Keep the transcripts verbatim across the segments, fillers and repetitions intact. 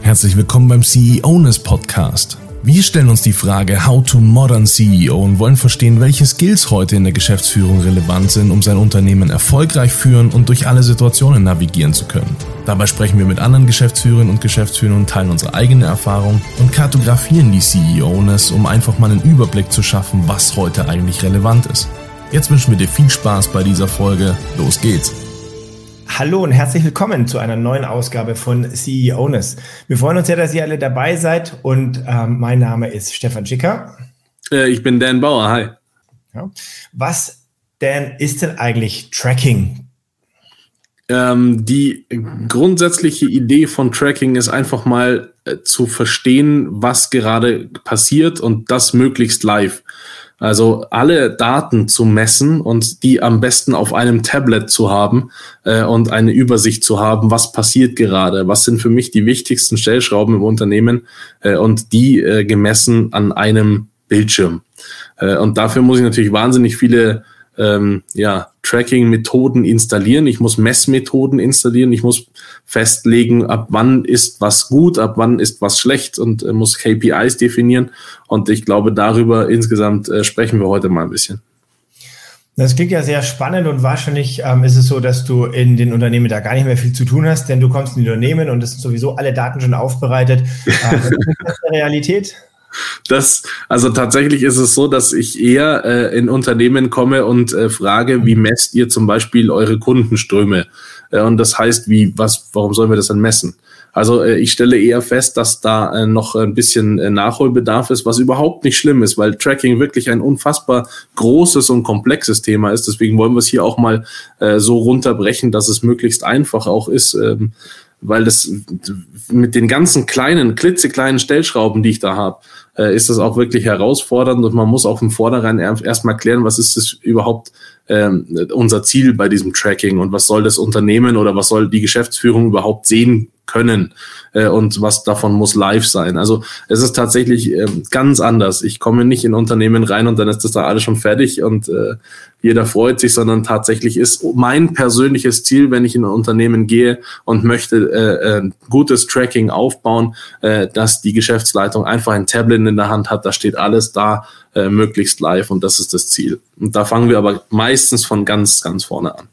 Herzlich willkommen beim C E O-ness Podcast. Wir stellen uns die Frage How to Modern C E O und wollen verstehen, welche Skills heute in der Geschäftsführung relevant sind, um sein Unternehmen erfolgreich führen und durch alle Situationen navigieren zu können. Dabei sprechen wir mit anderen Geschäftsführerinnen und Geschäftsführern und teilen unsere eigene Erfahrung und kartografieren die C E O-ness, um einfach mal einen Überblick zu schaffen, was heute eigentlich relevant ist. Jetzt wünschen wir dir viel Spaß bei dieser Folge. Los geht's! Hallo und herzlich willkommen zu einer neuen Ausgabe von C E O-ness. Wir freuen uns sehr, dass ihr alle dabei seid und ähm, mein Name ist Stefan Schicker. Äh, ich bin Dan Bauer, hi. Ja. Was, Dan, ist denn eigentlich Tracking? Ähm, die grundsätzliche Idee von Tracking ist einfach mal äh, zu verstehen, was gerade passiert und das möglichst live. Also alle Daten zu messen und die am besten auf einem Tablet zu haben äh, und eine Übersicht zu haben, was passiert gerade, was sind für mich die wichtigsten Stellschrauben im Unternehmen äh, und die äh, gemessen an einem Bildschirm. Äh, und dafür muss ich natürlich wahnsinnig viele ähm, ja, Tracking-Methoden installieren. Ich muss Messmethoden installieren. Ich muss festlegen, ab wann ist was gut, ab wann ist was schlecht und äh, muss K P Is definieren. Und ich glaube, darüber insgesamt äh, sprechen wir heute mal ein bisschen. Das klingt ja sehr spannend und wahrscheinlich ähm, ist es so, dass du in den Unternehmen da gar nicht mehr viel zu tun hast, denn du kommst in die Unternehmen und es sind sowieso alle Daten schon aufbereitet. Ähm, ist das die Realität? Das, also tatsächlich ist es so, dass ich eher äh, in Unternehmen komme und äh, frage, wie messt ihr zum Beispiel eure Kundenströme? Äh, und das heißt, wie, was, warum sollen wir das dann messen? Also äh, ich stelle eher fest, dass da äh, noch ein bisschen äh, Nachholbedarf ist, was überhaupt nicht schlimm ist, weil Tracking wirklich ein unfassbar großes und komplexes Thema ist. Deswegen wollen wir es hier auch mal äh, so runterbrechen, dass es möglichst einfach auch ist, ähm, weil das mit den ganzen kleinen, klitzekleinen Stellschrauben, die ich da habe, äh, ist das auch wirklich herausfordernd und man muss auch im Vornherein erstmal klären, was ist das überhaupt ähm, unser Ziel bei diesem Tracking und was soll das Unternehmen oder was soll die Geschäftsführung überhaupt sehen können äh, und was davon muss live sein. Also es ist tatsächlich äh, ganz anders. Ich komme nicht in Unternehmen rein und dann ist das da alles schon fertig und äh, jeder freut sich, sondern tatsächlich ist mein persönliches Ziel, wenn ich in ein Unternehmen gehe und möchte äh, äh, gutes Tracking aufbauen, äh, dass die Geschäftsleitung einfach ein Tablet in der Hand hat, da steht alles da, äh, möglichst live und das ist das Ziel. Und da fangen wir aber meistens von ganz, ganz vorne an.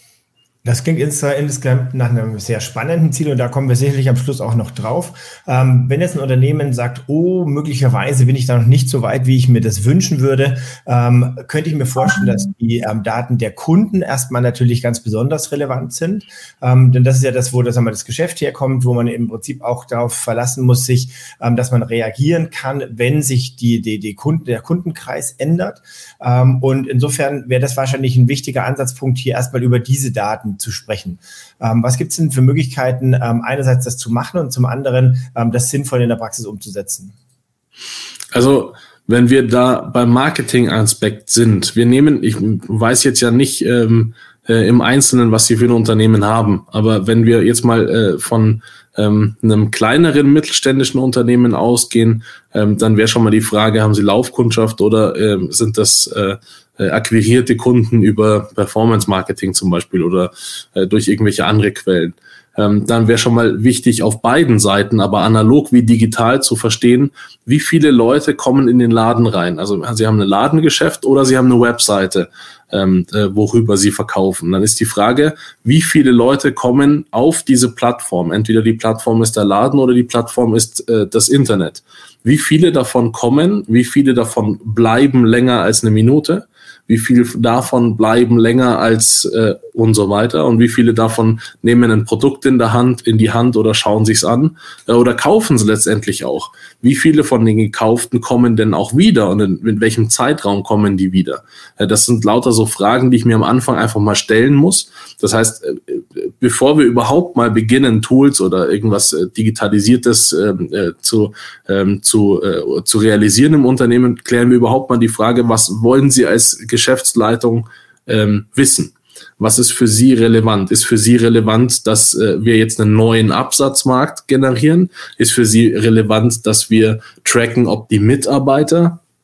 Das klingt insgesamt nach einem sehr spannenden Ziel und da kommen wir sicherlich am Schluss auch noch drauf. Ähm, wenn jetzt ein Unternehmen sagt, oh, möglicherweise bin ich da noch nicht so weit, wie ich mir das wünschen würde, ähm, könnte ich mir vorstellen, dass die ähm, Daten der Kunden erstmal natürlich ganz besonders relevant sind. Ähm, denn das ist ja das, wo das, sagen wir, das Geschäft herkommt, wo man im Prinzip auch darauf verlassen muss, sich, ähm, dass man reagieren kann, wenn sich die, die, die Kunden, der Kundenkreis ändert. Ähm, und insofern wäre das wahrscheinlich ein wichtiger Ansatzpunkt, hier erstmal über diese Daten zu sprechen. Ähm, was gibt es denn für Möglichkeiten, ähm, einerseits das zu machen und zum anderen ähm, das sinnvoll in der Praxis umzusetzen? Also wenn wir da beim Marketing-Aspekt sind, wir nehmen, ich weiß jetzt ja nicht ähm, äh, im Einzelnen, was Sie für ein Unternehmen haben, aber wenn wir jetzt mal äh, von ähm, einem kleineren mittelständischen Unternehmen ausgehen, ähm, dann wäre schon mal die Frage, haben Sie Laufkundschaft oder ähm, sind das äh, akquirierte Kunden über Performance-Marketing zum Beispiel oder äh, durch irgendwelche andere Quellen. Ähm, dann wäre schon mal wichtig, auf beiden Seiten, aber analog wie digital zu verstehen, wie viele Leute kommen in den Laden rein. Also Sie haben ein Ladengeschäft oder Sie haben eine Webseite, ähm, äh, worüber Sie verkaufen. Dann ist die Frage, wie viele Leute kommen auf diese Plattform? Entweder die Plattform ist der Laden oder die Plattform ist äh, das Internet. Wie viele davon kommen? Wie viele davon bleiben länger als eine Minute? Wie viele davon bleiben länger als äh, und so weiter und wie viele davon nehmen ein Produkt in der Hand, in die Hand oder schauen sich's an äh, oder kaufen es letztendlich auch. Wie viele von den Gekauften kommen denn auch wieder und in, in welchem Zeitraum kommen die wieder? Äh, das sind lauter so Fragen, die ich mir am Anfang einfach mal stellen muss. Das heißt, äh, bevor wir überhaupt mal beginnen, Tools oder irgendwas äh, Digitalisiertes äh, zu, äh, zu, äh, zu realisieren im Unternehmen, klären wir überhaupt mal die Frage, was wollen Sie als Geschäftsleitung ähm, wissen? Was ist für Sie relevant? Ist für Sie relevant, dass äh, wir jetzt einen neuen Absatzmarkt generieren? Ist für Sie relevant, dass wir tracken, ob die Mitarbeiter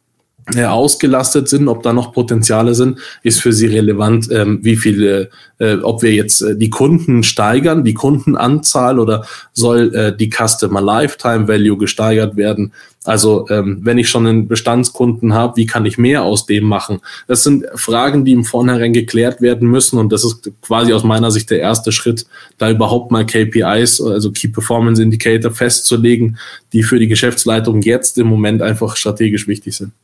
äh, ausgelastet sind, ob da noch Potenziale sind, ist für sie relevant, ähm, wie viele, äh, ob wir jetzt äh, die Kunden steigern, die Kundenanzahl, oder soll äh, die Customer Lifetime Value gesteigert werden. Also ähm, wenn ich schon einen Bestandskunden habe, wie kann ich mehr aus dem machen? Das sind Fragen, die im Vornherein geklärt werden müssen, und das ist quasi aus meiner Sicht der erste Schritt, da überhaupt mal K P Is, also Key Performance Indicator, festzulegen, die für die Geschäftsleitung jetzt im Moment einfach strategisch wichtig sind.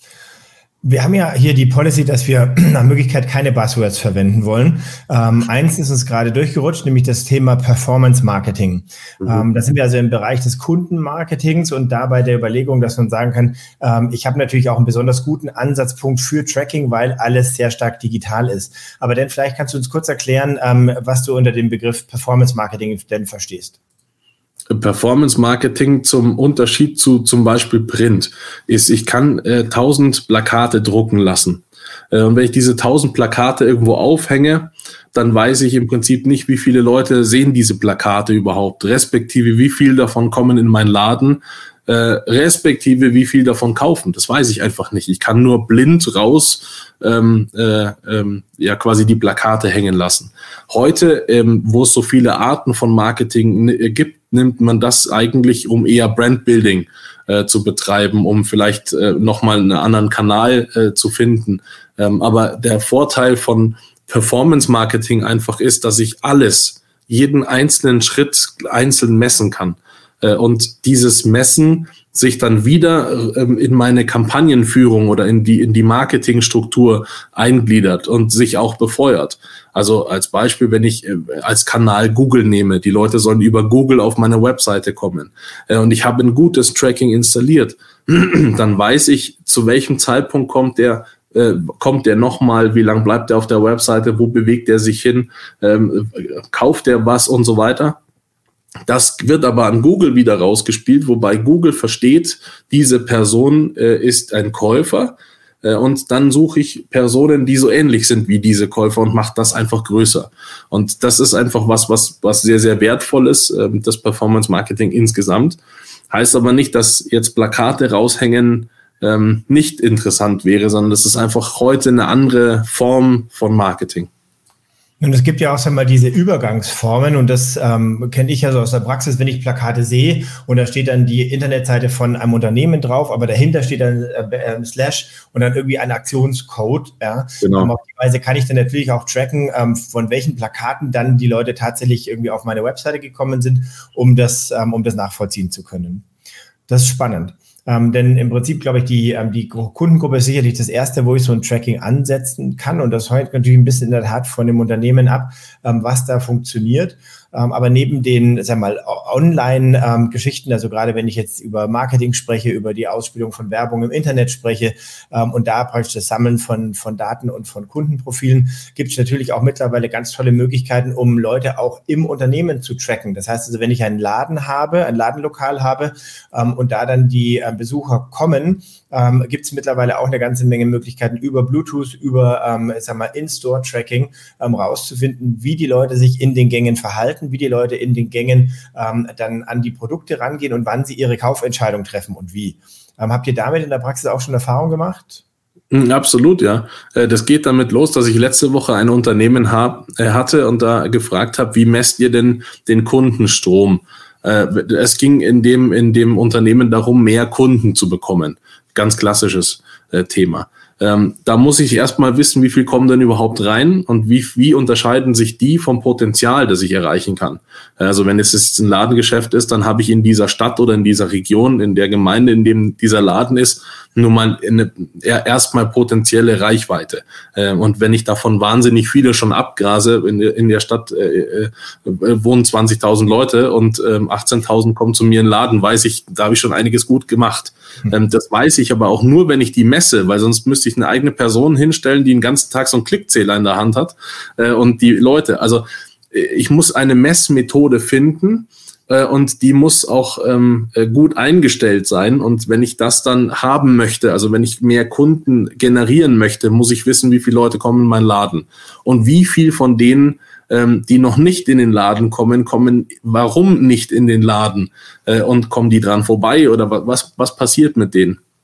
Wir haben ja hier die Policy, dass wir nach Möglichkeit keine Buzzwords verwenden wollen. Ähm, eins ist uns gerade durchgerutscht, nämlich das Thema Performance Marketing. Mhm. Ähm, da sind wir also im Bereich des Kundenmarketings und dabei der Überlegung, dass man sagen kann, ähm, ich habe natürlich auch einen besonders guten Ansatzpunkt für Tracking, weil alles sehr stark digital ist. Aber dann vielleicht kannst du uns kurz erklären, ähm, was du unter dem Begriff Performance Marketing denn verstehst. Performance Marketing zum Unterschied zu zum Beispiel Print ist, ich kann äh, tausend Plakate drucken lassen. Äh, und wenn ich diese tausend Plakate irgendwo aufhänge, dann weiß ich im Prinzip nicht, wie viele Leute sehen diese Plakate überhaupt, respektive wie viel davon kommen in meinen Laden, äh, respektive wie viel davon kaufen. Das weiß ich einfach nicht. Ich kann nur blind raus ähm, äh, ähm, ja quasi die Plakate hängen lassen. Heute, ähm, wo es so viele Arten von Marketing n- gibt, nimmt man das eigentlich, um eher Brandbuilding äh, zu betreiben, um vielleicht äh, nochmal einen anderen Kanal äh, zu finden. Ähm, aber der Vorteil von Performance Marketing einfach ist, dass ich alles, jeden einzelnen Schritt einzeln messen kann. Äh, und dieses Messen sich dann wieder ähm, in meine Kampagnenführung oder in die in die Marketingstruktur eingliedert und sich auch befeuert. Also als Beispiel, wenn ich äh, als Kanal Google nehme, die Leute sollen über Google auf meine Webseite kommen äh, und ich habe ein gutes Tracking installiert, dann weiß ich, zu welchem Zeitpunkt kommt der äh, kommt der nochmal, wie lang bleibt er auf der Webseite, wo bewegt er sich hin, ähm, kauft er was und so weiter. Das wird aber an Google wieder rausgespielt, wobei Google versteht, diese Person äh, ist ein Käufer, äh, und dann suche ich Personen, die so ähnlich sind wie diese Käufer und mache das einfach größer. Und das ist einfach was, was, was sehr, sehr wertvoll ist, äh, das Performance Marketing insgesamt. Heißt aber nicht, dass jetzt Plakate raushängen ähm, nicht interessant wäre, sondern das ist einfach heute eine andere Form von Marketing. Und es gibt ja auch, sagen wir mal, diese Übergangsformen, und das ähm, kenne ich ja so aus der Praxis, wenn ich Plakate sehe und da steht dann die Internetseite von einem Unternehmen drauf, aber dahinter steht dann äh, Slash und dann irgendwie ein Aktionscode. Ja. Genau. Ähm, auf die Weise kann ich dann natürlich auch tracken, ähm, von welchen Plakaten dann die Leute tatsächlich irgendwie auf meine Webseite gekommen sind, um das, ähm, um das nachvollziehen zu können. Das ist spannend. Ähm, denn im Prinzip, glaube ich, die, ähm, die Kundengruppe ist sicherlich das Erste, wo ich so ein Tracking ansetzen kann. Und das hängt natürlich ein bisschen in der Tat von dem Unternehmen ab, ähm, was da funktioniert. Ähm, aber neben den, sagen wir mal, Online-Geschichten, also gerade wenn ich jetzt über Marketing spreche, über die Ausspielung von Werbung im Internet spreche ähm, und da praktisch das Sammeln von, von Daten und von Kundenprofilen, gibt es natürlich auch mittlerweile ganz tolle Möglichkeiten, um Leute auch im Unternehmen zu tracken. Das heißt also, wenn ich einen Laden habe, ein Ladenlokal habe ähm, und da dann die äh, Besucher kommen, ähm, gibt es mittlerweile auch eine ganze Menge Möglichkeiten über Bluetooth, über ähm, sag mal, In-Store-Tracking ähm, rauszufinden, wie die Leute sich in den Gängen verhalten, wie die Leute in den Gängen ähm, dann an die Produkte rangehen und wann sie ihre Kaufentscheidung treffen und wie. Ähm, habt ihr damit in der Praxis auch schon Erfahrung gemacht? Absolut, ja. Das geht damit los, dass ich letzte Woche ein Unternehmen hab, äh, hatte und da gefragt habe, wie messt ihr denn den Kundenstrom? Es ging in dem, in dem Unternehmen darum, mehr Kunden zu bekommen. Ganz klassisches äh, Thema. Ähm, da muss ich erstmal wissen, wie viel kommen denn überhaupt rein und wie, wie unterscheiden sich die vom Potenzial, das ich erreichen kann. Also wenn es jetzt ein Ladengeschäft ist, dann habe ich in dieser Stadt oder in dieser Region, in der Gemeinde, in dem dieser Laden ist, nur mal eine, erstmal potenzielle Reichweite. Und wenn ich davon wahnsinnig viele schon abgrase, in, in der Stadt äh, äh, wohnen zwanzigtausend Leute und äh, achtzehntausend kommen zu mir in den Laden, weiß ich, da habe ich schon einiges gut gemacht. Ähm, das weiß ich aber auch nur, wenn ich die messe, weil sonst müsste ich eine eigene Person hinstellen, die den ganzen Tag so einen Klickzähler in der Hand hat äh, und die Leute, also ich muss eine Messmethode finden, äh, und die muss auch ähm, gut eingestellt sein. Und wenn ich das dann haben möchte, also wenn ich mehr Kunden generieren möchte, muss ich wissen, wie viele Leute kommen in meinen Laden und wie viel von denen, ähm, die noch nicht in den Laden kommen, kommen warum nicht in den Laden äh, und kommen die dran vorbei oder was, was passiert mit denen?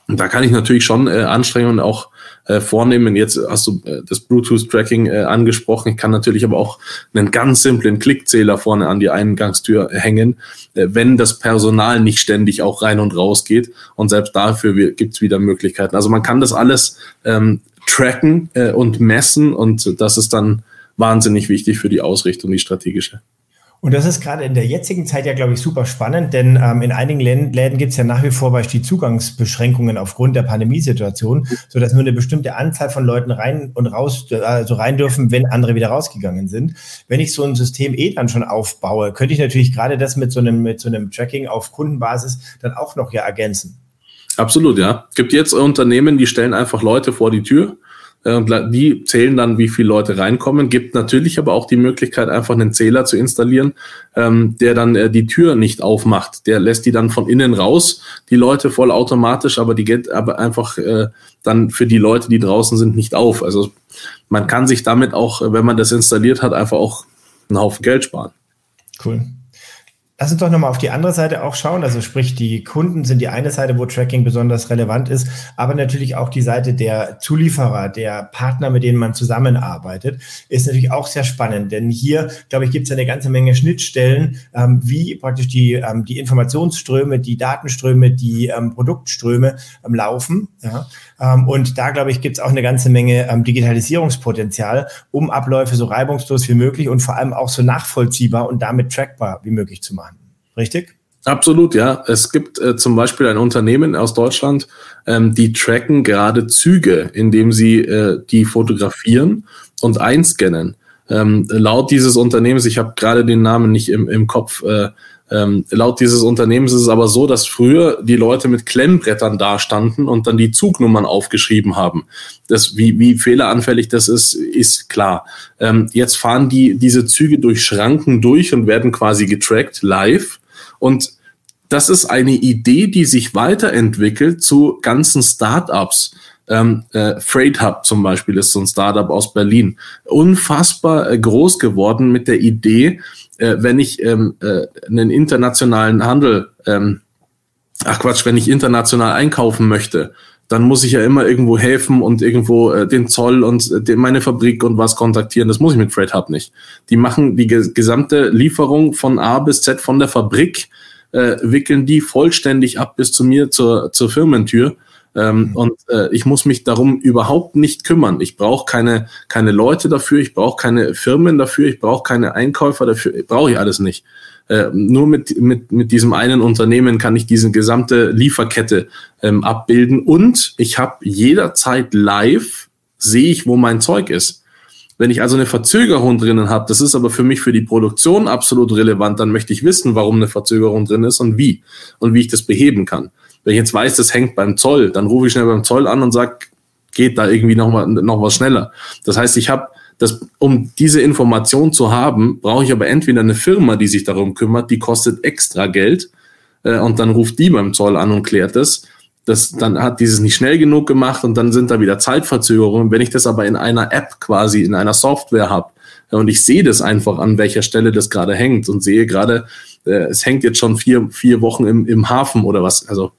Und da kann ich natürlich schon äh, Anstrengungen auch äh, vornehmen. Jetzt hast du äh, das Bluetooth-Tracking äh, angesprochen. Ich kann natürlich aber auch einen ganz simplen Klickzähler vorne an die Eingangstür hängen, äh, wenn das Personal nicht ständig auch rein und raus geht. Und selbst dafür gibt es wieder Möglichkeiten. Also man kann das alles ähm, tracken äh, und messen, und das ist dann wahnsinnig wichtig für die Ausrichtung, die strategische. Und das ist gerade in der jetzigen Zeit ja, glaube ich, super spannend, denn ähm, in einigen Läden, Läden gibt es ja nach wie vor beispielsweise Zugangsbeschränkungen aufgrund der Pandemiesituation, sodass nur eine bestimmte Anzahl von Leuten rein und raus, also rein dürfen, wenn andere wieder rausgegangen sind. Wenn ich so ein System eh dann schon aufbaue, könnte ich natürlich gerade das mit so einem, mit so einem Tracking auf Kundenbasis dann auch noch ja ergänzen. Absolut, ja. Es gibt jetzt Unternehmen, die stellen einfach Leute vor die Tür. Und die zählen dann, wie viele Leute reinkommen. Gibt natürlich aber auch die Möglichkeit, einfach einen Zähler zu installieren, ähm, der dann äh, die Tür nicht aufmacht. Der lässt die dann von innen raus, die Leute vollautomatisch, aber die geht aber einfach äh, dann für die Leute, die draußen sind, nicht auf. Also man kann sich damit auch, wenn man das installiert hat, einfach auch einen Haufen Geld sparen. Cool. Lass uns doch nochmal auf die andere Seite auch schauen. Also sprich, die Kunden sind die eine Seite, wo Tracking besonders relevant ist, aber natürlich auch die Seite der Zulieferer, der Partner, mit denen man zusammenarbeitet, ist natürlich auch sehr spannend. Denn hier, glaube ich, gibt es eine ganze Menge Schnittstellen, ähm, wie praktisch die, ähm, die Informationsströme, die Datenströme, die ähm, Produktströme ähm, laufen. Ja? Ähm, und da, glaube ich, gibt es auch eine ganze Menge ähm, Digitalisierungspotenzial, um Abläufe so reibungslos wie möglich und vor allem auch so nachvollziehbar und damit trackbar wie möglich zu machen. Richtig? Absolut, ja. Es gibt äh, zum Beispiel ein Unternehmen aus Deutschland, ähm, die tracken gerade Züge, indem sie äh, die fotografieren und einscannen. Ähm, laut dieses Unternehmens, ich habe gerade den Namen nicht im, im Kopf, äh, ähm, laut dieses Unternehmens ist es aber so, dass früher die Leute mit Klemmbrettern dastanden und dann die Zugnummern aufgeschrieben haben. Das, wie, wie fehleranfällig das ist, ist klar. Ähm, jetzt fahren die diese Züge durch Schranken durch und werden quasi getrackt live. Und das ist eine Idee, die sich weiterentwickelt zu ganzen Startups. Ähm, äh, Freight Hub zum Beispiel ist so ein Startup aus Berlin. Unfassbar äh, groß geworden mit der Idee, äh, wenn ich ähm, äh, einen internationalen Handel, ähm, ach Quatsch, wenn ich international einkaufen möchte, dann muss ich ja immer irgendwo helfen und irgendwo äh, den Zoll und äh, den, meine Fabrik und was kontaktieren. Das muss ich mit Freight Hub nicht. Die machen die ge- gesamte Lieferung von A bis Z von der Fabrik, äh, wickeln die vollständig ab bis zu mir zur, zur Firmentür. Ähm, mhm. Und äh, ich muss mich darum überhaupt nicht kümmern. Ich brauche keine, keine Leute dafür, ich brauche keine Firmen dafür, ich brauche keine Einkäufer dafür, brauche ich alles nicht. Äh, nur mit, mit, mit diesem einen Unternehmen kann ich diese gesamte Lieferkette ähm, abbilden, und ich habe jederzeit live, sehe ich, wo mein Zeug ist. Wenn ich also eine Verzögerung drinnen habe, das ist aber für mich für die Produktion absolut relevant, dann möchte ich wissen, warum eine Verzögerung drin ist und wie und wie ich das beheben kann. Wenn ich jetzt weiß, das hängt beim Zoll, dann rufe ich schnell beim Zoll an und sage, geht da irgendwie noch mal, noch was schneller. Das heißt, ich habe Das, um diese Information zu haben, brauche ich aber entweder eine Firma, die sich darum kümmert, die kostet extra Geld, äh, und dann ruft die beim Zoll an und klärt das. Das. Dann hat dieses nicht schnell genug gemacht und dann sind da wieder Zeitverzögerungen. Wenn ich das aber in einer App quasi, in einer Software habe, äh, und ich sehe das einfach, an welcher Stelle das gerade hängt, und sehe gerade, äh, es hängt jetzt schon vier, vier Wochen im, im Hafen oder was, also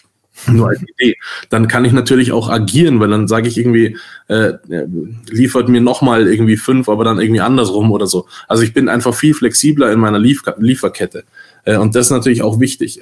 nur als Idee, dann kann ich natürlich auch agieren, weil dann sage ich irgendwie, äh, liefert mir nochmal irgendwie fünf, aber dann irgendwie andersrum oder so. Also ich bin einfach viel flexibler in meiner Liefer- Lieferkette. Äh, und das ist natürlich auch wichtig,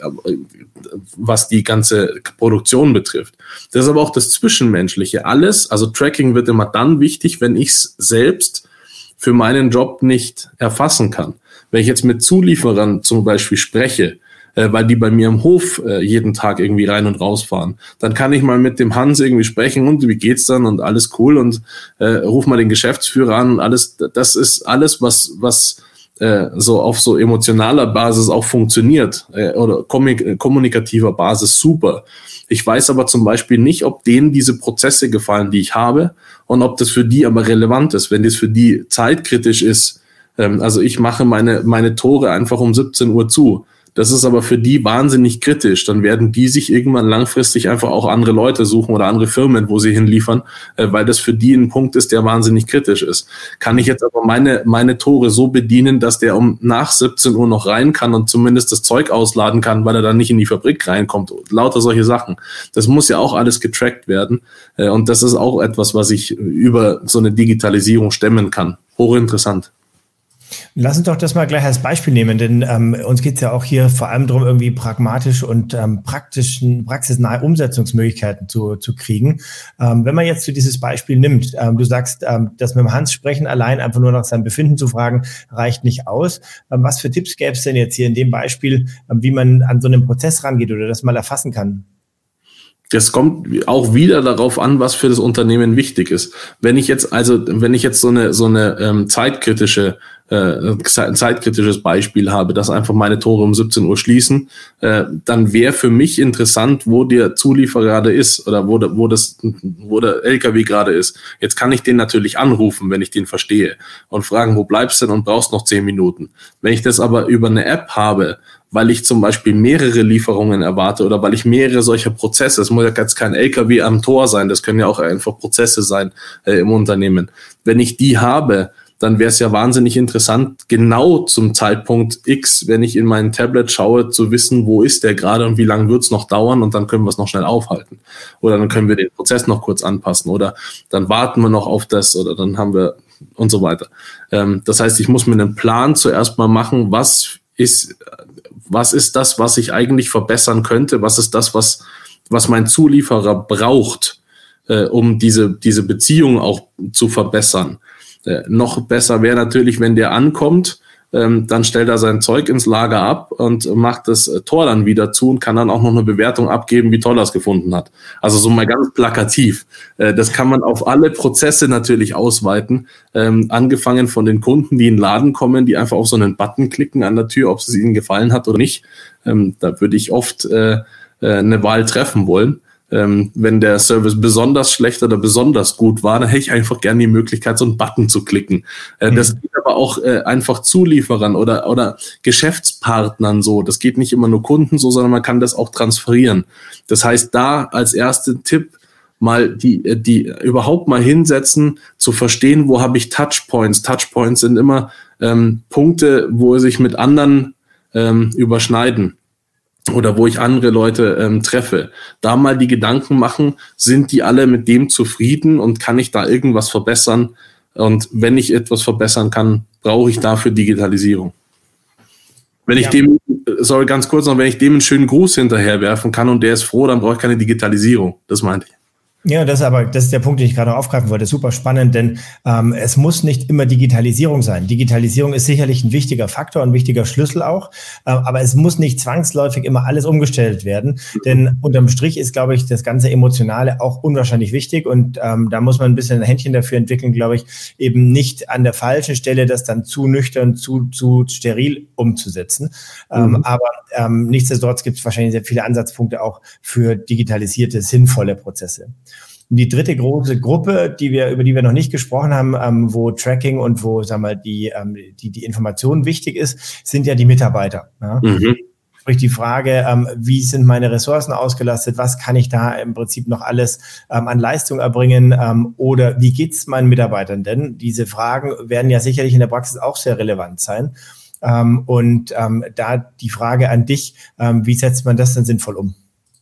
was die ganze Produktion betrifft. Das ist aber auch das Zwischenmenschliche. Alles, also Tracking wird immer dann wichtig, wenn ich es selbst für meinen Job nicht erfassen kann. Wenn ich jetzt mit Zulieferern zum Beispiel spreche, Äh, weil die bei mir im Hof äh, jeden Tag irgendwie rein und raus fahren. Dann kann ich mal mit dem Hans irgendwie sprechen, und wie geht's dann und alles cool, und äh, ruf mal den Geschäftsführer an und alles. Das ist alles, was was äh, so auf so emotionaler Basis auch funktioniert, äh, oder kommunik- kommunikativer Basis super. Ich weiß aber zum Beispiel nicht, ob denen diese Prozesse gefallen, die ich habe, und ob das für die aber relevant ist, wenn das für die zeitkritisch ist. Ähm, also ich mache meine meine Tore einfach um siebzehn Uhr zu. Das ist aber für die wahnsinnig kritisch. Dann werden die sich irgendwann langfristig einfach auch andere Leute suchen oder andere Firmen, wo sie hinliefern, äh, weil das für die ein Punkt ist, der wahnsinnig kritisch ist. Kann ich jetzt aber meine meine Tore so bedienen, dass der um nach siebzehn Uhr noch rein kann und zumindest das Zeug ausladen kann, weil er dann nicht in die Fabrik reinkommt. Lauter solche Sachen. Das muss ja auch alles getrackt werden. Äh, und das ist auch etwas, was ich über so eine Digitalisierung stemmen kann. Hochinteressant. Lass uns doch das mal gleich als Beispiel nehmen, denn ähm, uns geht es ja auch hier vor allem darum, irgendwie pragmatisch und ähm, praktischen, praxisnahe Umsetzungsmöglichkeiten zu, zu kriegen. Ähm, wenn man jetzt so dieses Beispiel nimmt, ähm, du sagst, ähm, das mit dem Hans sprechen allein, einfach nur nach seinem Befinden zu fragen, reicht nicht aus. Ähm, was für Tipps gäbe es denn jetzt hier in dem Beispiel, ähm, wie man an so einen Prozess rangeht oder das mal erfassen kann? Das kommt auch wieder darauf an, was für das Unternehmen wichtig ist. Wenn ich jetzt also, wenn ich jetzt so eine so eine ähm, zeitkritische äh, zeitkritisches Beispiel habe, dass einfach meine Tore um siebzehn Uhr schließen, äh, dann wäre für mich interessant, wo der Zulieferer gerade ist oder wo der, wo das wo der L K W gerade ist. Jetzt kann ich den natürlich anrufen, wenn ich den verstehe und fragen, wo bleibst du denn und brauchst noch zehn Minuten. Wenn ich das aber über eine App habe, weil ich zum Beispiel mehrere Lieferungen erwarte oder weil ich mehrere solcher Prozesse, es muss ja jetzt kein L K W am Tor sein, das können ja auch einfach Prozesse sein äh, im Unternehmen. Wenn ich die habe, dann wäre es ja wahnsinnig interessant, genau zum Zeitpunkt X, wenn ich in mein Tablet schaue, zu wissen, wo ist der gerade und wie lange wird es noch dauern und dann können wir es noch schnell aufhalten. Oder dann können wir den Prozess noch kurz anpassen oder dann warten wir noch auf das oder dann haben wir und so weiter. Ähm, das heißt, ich muss mir einen Plan zuerst mal machen, was ist, was ist das, was ich eigentlich verbessern könnte, was ist das, was, was mein Zulieferer braucht, äh, um diese, diese Beziehung auch zu verbessern. Äh, noch besser wäre natürlich, wenn der ankommt, ähm, dann stellt er sein Zeug ins Lager ab und macht das äh, Tor dann wieder zu und kann dann auch noch eine Bewertung abgeben, wie toll er es gefunden hat. Also so mal ganz plakativ. Äh, das kann man auf alle Prozesse natürlich ausweiten, ähm, angefangen von den Kunden, die in den Laden kommen, die einfach auf so einen Button klicken an der Tür, ob es ihnen gefallen hat oder nicht. Ähm, da würde ich oft äh, äh, eine Wahl treffen wollen. Ähm, wenn der Service besonders schlecht oder besonders gut war, dann hätte ich einfach gerne die Möglichkeit, so einen Button zu klicken. Äh, mhm. Das geht aber auch äh, einfach Zulieferern oder, oder Geschäftspartnern so. Das geht nicht immer nur Kunden so, sondern man kann das auch transferieren. Das heißt, da als erster Tipp mal die, die überhaupt mal hinsetzen, zu verstehen, wo habe ich Touchpoints. Touchpoints sind immer ähm, Punkte, wo sich mit anderen ähm, überschneiden. Oder wo ich andere Leute ähm, treffe, da mal die Gedanken machen, sind die alle mit dem zufrieden und kann ich da irgendwas verbessern? Und wenn ich etwas verbessern kann, brauche ich dafür Digitalisierung. Wenn ich ja. dem, sorry, ganz kurz noch, wenn ich dem einen schönen Gruß hinterher werfen kann und der ist froh, dann brauche ich keine Digitalisierung. Das meinte ich. Ja, das ist aber, das ist der Punkt, den ich gerade aufgreifen wollte. Super spannend, denn ähm, es muss nicht immer Digitalisierung sein. Digitalisierung ist sicherlich ein wichtiger Faktor, ein wichtiger Schlüssel auch, äh, aber es muss nicht zwangsläufig immer alles umgestellt werden, denn unterm Strich ist, glaube ich, das ganze Emotionale auch unwahrscheinlich wichtig und ähm, da muss man ein bisschen ein Händchen dafür entwickeln, glaube ich, eben nicht an der falschen Stelle das dann zu nüchtern, zu zu steril umzusetzen. Mhm. Ähm, aber ähm, nichtsdestotrotz gibt es wahrscheinlich sehr viele Ansatzpunkte auch für digitalisierte, sinnvolle Prozesse. Die dritte große Gruppe, die wir, über die wir noch nicht gesprochen haben, ähm, wo Tracking und wo, sagen wir, die, ähm, die, die Information wichtig ist, sind ja die Mitarbeiter. Ja? Mhm. Sprich die Frage, ähm, wie sind meine Ressourcen ausgelastet? Was kann ich da im Prinzip noch alles ähm, an Leistung erbringen? Ähm, oder wie geht's meinen Mitarbeitern? Denn diese Fragen werden ja sicherlich in der Praxis auch sehr relevant sein. Ähm, und ähm, da die Frage an dich, ähm, wie setzt man das denn sinnvoll um?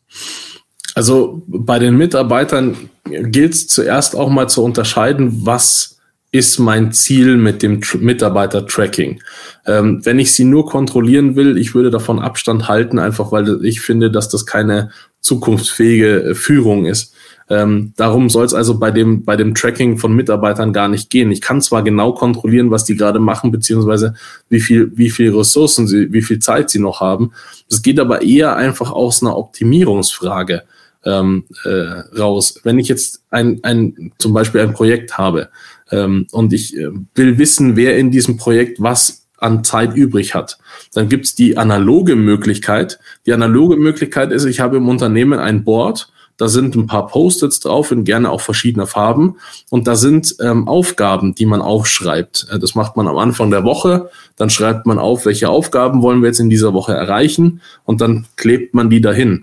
Also bei den Mitarbeitern gilt es zuerst auch mal zu unterscheiden, was ist mein Ziel mit dem Tr- Mitarbeiter-Tracking. Ähm, wenn ich sie nur kontrollieren will, ich würde davon Abstand halten, einfach weil ich finde, dass das keine zukunftsfähige Führung ist. Ähm, darum soll es also bei dem bei dem Tracking von Mitarbeitern gar nicht gehen. Ich kann zwar genau kontrollieren, was die gerade machen, beziehungsweise wie viel wie viel Ressourcen sie, wie viel Zeit sie noch haben. Das geht aber eher einfach aus einer Optimierungsfrage ähm, äh, raus. Wenn ich jetzt ein ein zum Beispiel ein Projekt habe ähm, und ich äh, will wissen, wer in diesem Projekt was an Zeit übrig hat, dann gibt's die analoge Möglichkeit. Die analoge Möglichkeit ist, ich habe im Unternehmen ein Board. Da sind ein paar Post-its drauf, in gerne auch verschiedener Farben. Und da sind ähm, Aufgaben, die man aufschreibt. Äh, das macht man am Anfang der Woche. Dann schreibt man auf, welche Aufgaben wollen wir jetzt in dieser Woche erreichen. Und dann klebt man die dahin.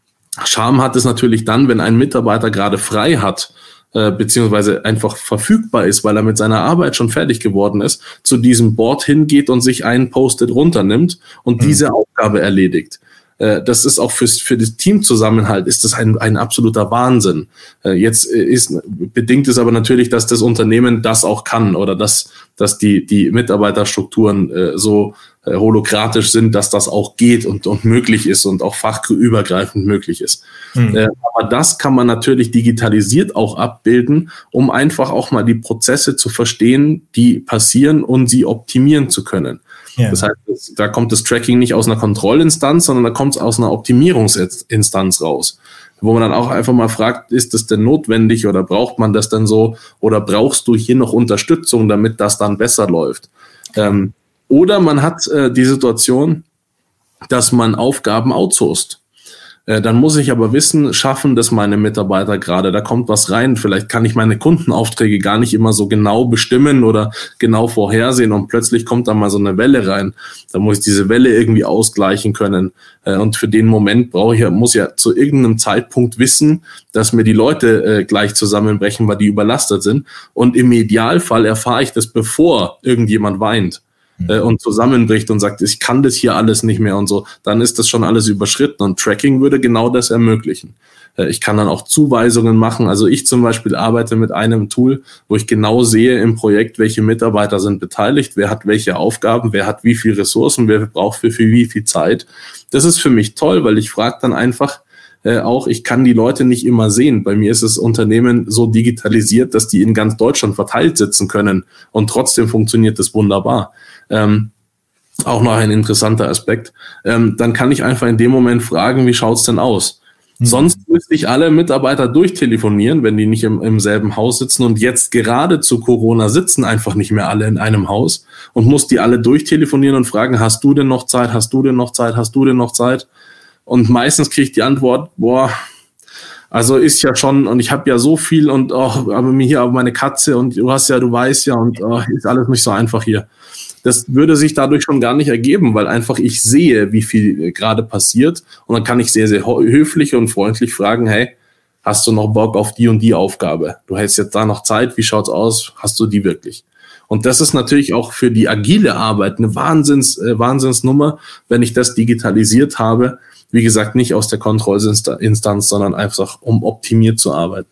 Charme hat es natürlich dann, wenn ein Mitarbeiter gerade frei hat, äh, beziehungsweise einfach verfügbar ist, weil er mit seiner Arbeit schon fertig geworden ist, zu diesem Board hingeht und sich einen Post-it runternimmt und mhm. diese Aufgabe erledigt. Das ist auch fürs, für das Teamzusammenhalt ist das ein, ein absoluter Wahnsinn. Jetzt ist, bedingt es aber natürlich, dass das Unternehmen das auch kann oder dass, dass die, die Mitarbeiterstrukturen äh, so äh, holokratisch sind, dass das auch geht und, und möglich ist und auch fachübergreifend möglich ist. Mhm. Äh, aber das kann man natürlich digitalisiert auch abbilden, um einfach auch mal die Prozesse zu verstehen, die passieren und sie optimieren zu können. Ja. Das heißt, da kommt das Tracking nicht aus einer Kontrollinstanz, sondern da kommt es aus einer Optimierungsinstanz raus, wo man dann auch einfach mal fragt, ist das denn notwendig oder braucht man das denn so oder brauchst du hier noch Unterstützung, damit das dann besser läuft? Ähm, oder man hat äh, die Situation, dass man Aufgaben outsourced. Dann muss ich aber wissen, schaffen das meine Mitarbeiter gerade, da kommt was rein, vielleicht kann ich meine Kundenaufträge gar nicht immer so genau bestimmen oder genau vorhersehen und plötzlich kommt da mal so eine Welle rein. Da muss ich diese Welle irgendwie ausgleichen können und für den Moment brauche ich ja, muss ja zu irgendeinem Zeitpunkt wissen, dass mir die Leute gleich zusammenbrechen, weil die überlastet sind und im Idealfall erfahre ich das, bevor irgendjemand weint und zusammenbricht und sagt, ich kann das hier alles nicht mehr und so, dann ist das schon alles überschritten und Tracking würde genau das ermöglichen. Ich kann dann auch Zuweisungen machen, also ich zum Beispiel arbeite mit einem Tool, wo ich genau sehe im Projekt, welche Mitarbeiter sind beteiligt, wer hat welche Aufgaben, wer hat wie viel Ressourcen, wer braucht für, für wie viel Zeit. Das ist für mich toll, weil ich frage dann einfach, Äh, auch, ich kann die Leute nicht immer sehen. Bei mir ist das Unternehmen so digitalisiert, dass die in ganz Deutschland verteilt sitzen können und trotzdem funktioniert das wunderbar. Ähm, auch noch ein interessanter Aspekt. Ähm, dann kann ich einfach in dem Moment fragen, wie schaut's denn aus? Mhm. Sonst müsste ich alle Mitarbeiter durchtelefonieren, wenn die nicht im, im selben Haus sitzen und jetzt gerade zu Corona sitzen einfach nicht mehr alle in einem Haus und muss die alle durchtelefonieren und fragen, hast du denn noch Zeit, hast du denn noch Zeit, hast du denn noch Zeit? Und meistens kriege ich die Antwort, boah, also ist ja schon, und ich habe ja so viel und oh, aber mir hier aber meine Katze und du hast ja, du weißt ja und oh, ist alles nicht so einfach hier. Das würde sich dadurch schon gar nicht ergeben, weil einfach ich sehe, wie viel gerade passiert und dann kann ich sehr, sehr höflich und freundlich fragen, hey, hast du noch Bock auf die und die Aufgabe? Du hättest jetzt da noch Zeit, wie schaut's aus? Hast du die wirklich? Und das ist natürlich auch für die agile Arbeit eine Wahnsinns, äh, Wahnsinnsnummer, wenn ich das digitalisiert habe. Wie gesagt, nicht aus der Kontrollinstanz, sondern einfach, um optimiert zu arbeiten.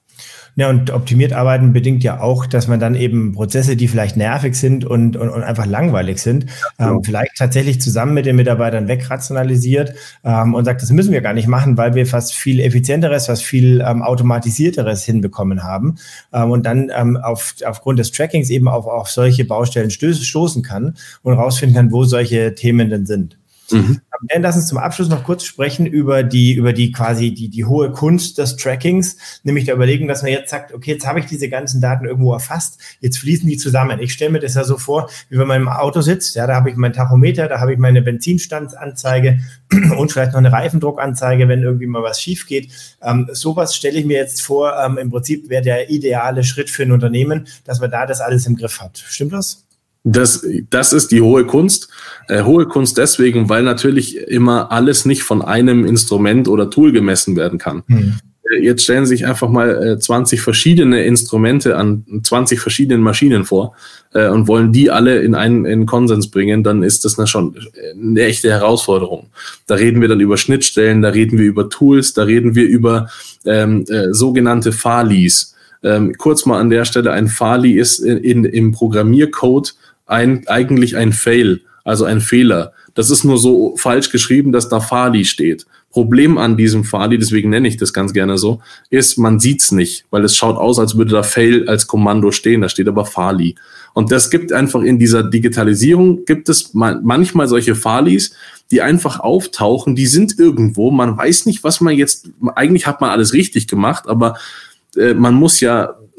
Ja, und optimiert arbeiten bedingt ja auch, dass man dann eben Prozesse, die vielleicht nervig sind und, und, und einfach langweilig sind, ja, ähm, vielleicht tatsächlich zusammen mit den Mitarbeitern wegrationalisiert ähm, und sagt, das müssen wir gar nicht machen, weil wir fast viel effizienteres, fast viel ähm, automatisierteres hinbekommen haben ähm, und dann ähm, auf, aufgrund des Trackings eben auf, auf solche Baustellen stöß, stoßen kann und rausfinden kann, wo solche Themen denn sind. Mhm. Dann lass uns zum Abschluss noch kurz sprechen über die, über die quasi die, die hohe Kunst des Trackings, nämlich der Überlegung, dass man jetzt sagt, okay, jetzt habe ich diese ganzen Daten irgendwo erfasst, jetzt fließen die zusammen. Ich stelle mir das ja so vor, wie wenn man im Auto sitzt, ja, da habe ich mein Tachometer, da habe ich meine Benzinstandsanzeige und vielleicht noch eine Reifendruckanzeige, wenn irgendwie mal was schief geht. Ähm, sowas stelle ich mir jetzt vor, ähm, im Prinzip wäre der ideale Schritt für ein Unternehmen, dass man da das alles im Griff hat. Stimmt das? Das, das ist die hohe Kunst. Äh, hohe Kunst deswegen, weil natürlich immer alles nicht von einem Instrument oder Tool gemessen werden kann. Hm. Äh, jetzt stellen Sie sich einfach mal äh, zwanzig verschiedene Instrumente an zwanzig verschiedenen Maschinen vor äh, und wollen die alle in einen in Konsens bringen, dann ist das eine schon eine echte Herausforderung. Da reden wir dann über Schnittstellen, da reden wir über Tools, da reden wir über ähm, äh, sogenannte Falis. Ähm, kurz mal an der Stelle, ein Fali ist in, in, im Programmiercode ein, eigentlich ein Fail, also ein Fehler. Das ist nur so falsch geschrieben, dass da Fali steht. Problem an diesem Fali, deswegen nenne ich das ganz gerne so, ist, man sieht's nicht, weil es schaut aus, als würde da Fail als Kommando stehen, da steht aber Fali. Und das gibt einfach in dieser Digitalisierung, gibt es manchmal solche Falis, die einfach auftauchen, die sind irgendwo, man weiß nicht, was man jetzt, eigentlich hat man alles richtig gemacht, aber äh, man muss ja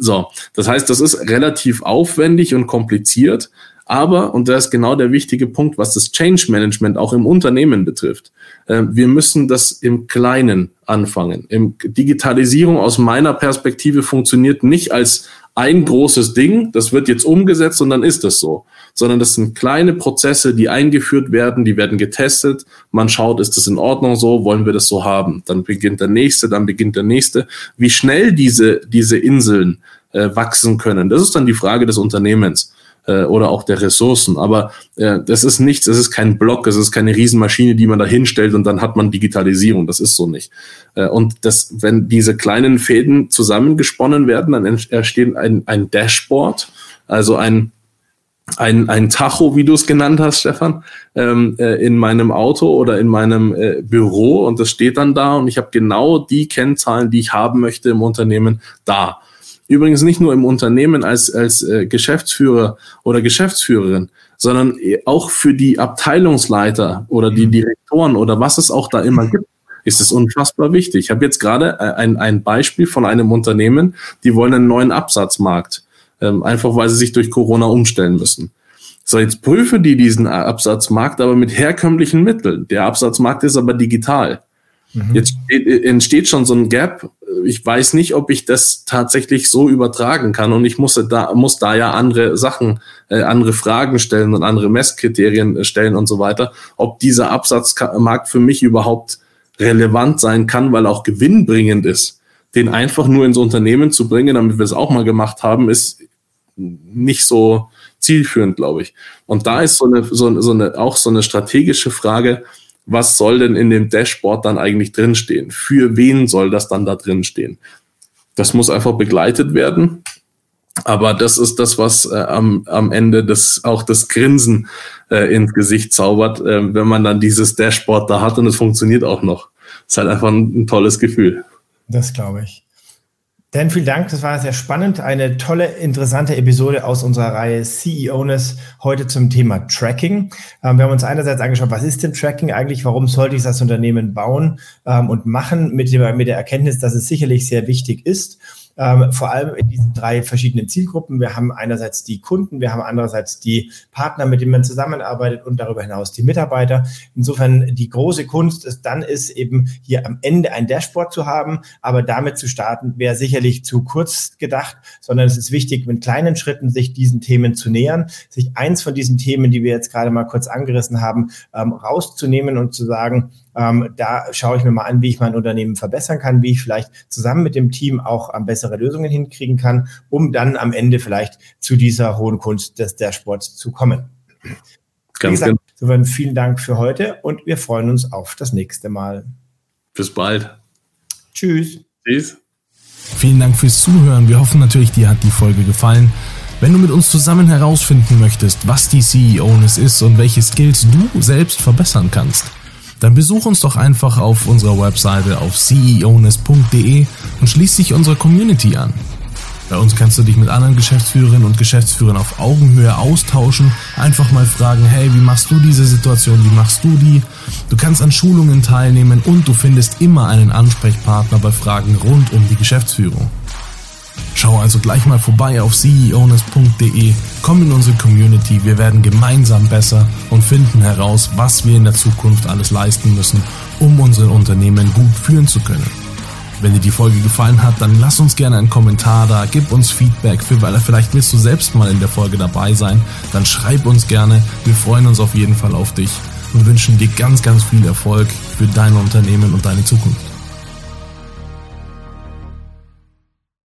So, das heißt, das ist relativ aufwendig und kompliziert, aber, und das ist genau der wichtige Punkt, was das Change Management auch im Unternehmen betrifft, äh, wir müssen das im Kleinen anfangen. Im Digitalisierung aus meiner Perspektive funktioniert nicht als ein großes Ding, das wird jetzt umgesetzt und dann ist das so, sondern das sind kleine Prozesse, die eingeführt werden, die werden getestet, man schaut, ist das in Ordnung so, wollen wir das so haben, dann beginnt der nächste, dann beginnt der nächste. Wie schnell diese, diese Inseln äh, wachsen können, das ist dann die Frage des Unternehmens äh, oder auch der Ressourcen, aber äh, das ist nichts, es ist kein Block, es ist keine Riesenmaschine, die man da hinstellt und dann hat man Digitalisierung, das ist so nicht. Äh, und das, wenn diese kleinen Fäden zusammengesponnen werden, dann entsteht ein, ein Dashboard, also ein Ein, ein Tacho, wie du es genannt hast, Stefan, ähm, äh, in meinem Auto oder in meinem äh, Büro und das steht dann da und ich habe genau die Kennzahlen, die ich haben möchte im Unternehmen, da. Übrigens nicht nur im Unternehmen als, als äh, Geschäftsführer oder Geschäftsführerin, sondern auch für die Abteilungsleiter oder die Direktoren oder was es auch da immer gibt, ist es unfassbar wichtig. Ich habe jetzt gerade ein, ein Beispiel von einem Unternehmen, die wollen einen neuen Absatzmarkt. Einfach weil sie sich durch Corona umstellen müssen. So, jetzt prüfen die diesen Absatzmarkt aber mit herkömmlichen Mitteln. Der Absatzmarkt ist aber digital. Mhm. Jetzt steht, entsteht schon so ein Gap. Ich weiß nicht, ob ich das tatsächlich so übertragen kann und ich muss da, muss da ja andere Sachen, äh, andere Fragen stellen und andere Messkriterien stellen und so weiter, ob dieser Absatzmarkt für mich überhaupt relevant sein kann, weil auch gewinnbringend ist. Den einfach nur ins Unternehmen zu bringen, damit wir es auch mal gemacht haben, ist nicht so zielführend, glaube ich. Und da ist so eine, so, so eine, auch so eine strategische Frage, was soll denn in dem Dashboard dann eigentlich drinstehen? Für wen soll das dann da drinstehen? Das muss einfach begleitet werden. Aber das ist das, was äh, am, am Ende das, auch das Grinsen äh, ins Gesicht zaubert, äh, wenn man dann dieses Dashboard da hat und es funktioniert auch noch. Das ist halt einfach ein, ein tolles Gefühl. Das glaube ich. Dan, vielen Dank, das war sehr spannend. Eine tolle, interessante Episode aus unserer Reihe C E O-ness heute zum Thema Tracking. Ähm, wir haben uns einerseits angeschaut, was ist denn Tracking eigentlich, warum sollte ich das Unternehmen bauen ähm, und machen, mit der, mit der Erkenntnis, dass es sicherlich sehr wichtig ist. Ähm, vor allem in diesen drei verschiedenen Zielgruppen. Wir haben einerseits die Kunden, wir haben andererseits die Partner, mit denen man zusammenarbeitet und darüber hinaus die Mitarbeiter. Insofern die große Kunst ist dann ist eben hier am Ende ein Dashboard zu haben, aber damit zu starten wäre sicherlich zu kurz gedacht, sondern es ist wichtig, mit kleinen Schritten sich diesen Themen zu nähern, sich eins von diesen Themen, die wir jetzt gerade mal kurz angerissen haben, ähm, rauszunehmen und zu sagen, Ähm, da schaue ich mir mal an, wie ich mein Unternehmen verbessern kann, wie ich vielleicht zusammen mit dem Team auch ähm, bessere Lösungen hinkriegen kann, um dann am Ende vielleicht zu dieser hohen Kunst des Dashboards zu kommen. Ganz gesagt, insofern vielen Dank für heute und wir freuen uns auf das nächste Mal. Bis bald. Tschüss. Tschüss. Vielen Dank fürs Zuhören. Wir hoffen natürlich, dir hat die Folge gefallen. Wenn du mit uns zusammen herausfinden möchtest, was die C E O-ness ist und welche Skills du selbst verbessern kannst, dann besuch uns doch einfach auf unserer Webseite auf c e o ness punkt d e und schließ dich unserer Community an. Bei uns kannst du dich mit anderen Geschäftsführerinnen und Geschäftsführern auf Augenhöhe austauschen, einfach mal fragen, hey, wie machst du diese Situation, wie machst du die? Du kannst an Schulungen teilnehmen und du findest immer einen Ansprechpartner bei Fragen rund um die Geschäftsführung. Schau also gleich mal vorbei auf c e o ness punkt d e, komm in unsere Community, wir werden gemeinsam besser und finden heraus, was wir in der Zukunft alles leisten müssen, um unsere Unternehmen gut führen zu können. Wenn dir die Folge gefallen hat, dann lass uns gerne einen Kommentar da, gib uns Feedback, für, weil vielleicht willst du selbst mal in der Folge dabei sein, dann schreib uns gerne, wir freuen uns auf jeden Fall auf dich und wünschen dir ganz, ganz viel Erfolg für dein Unternehmen und deine Zukunft.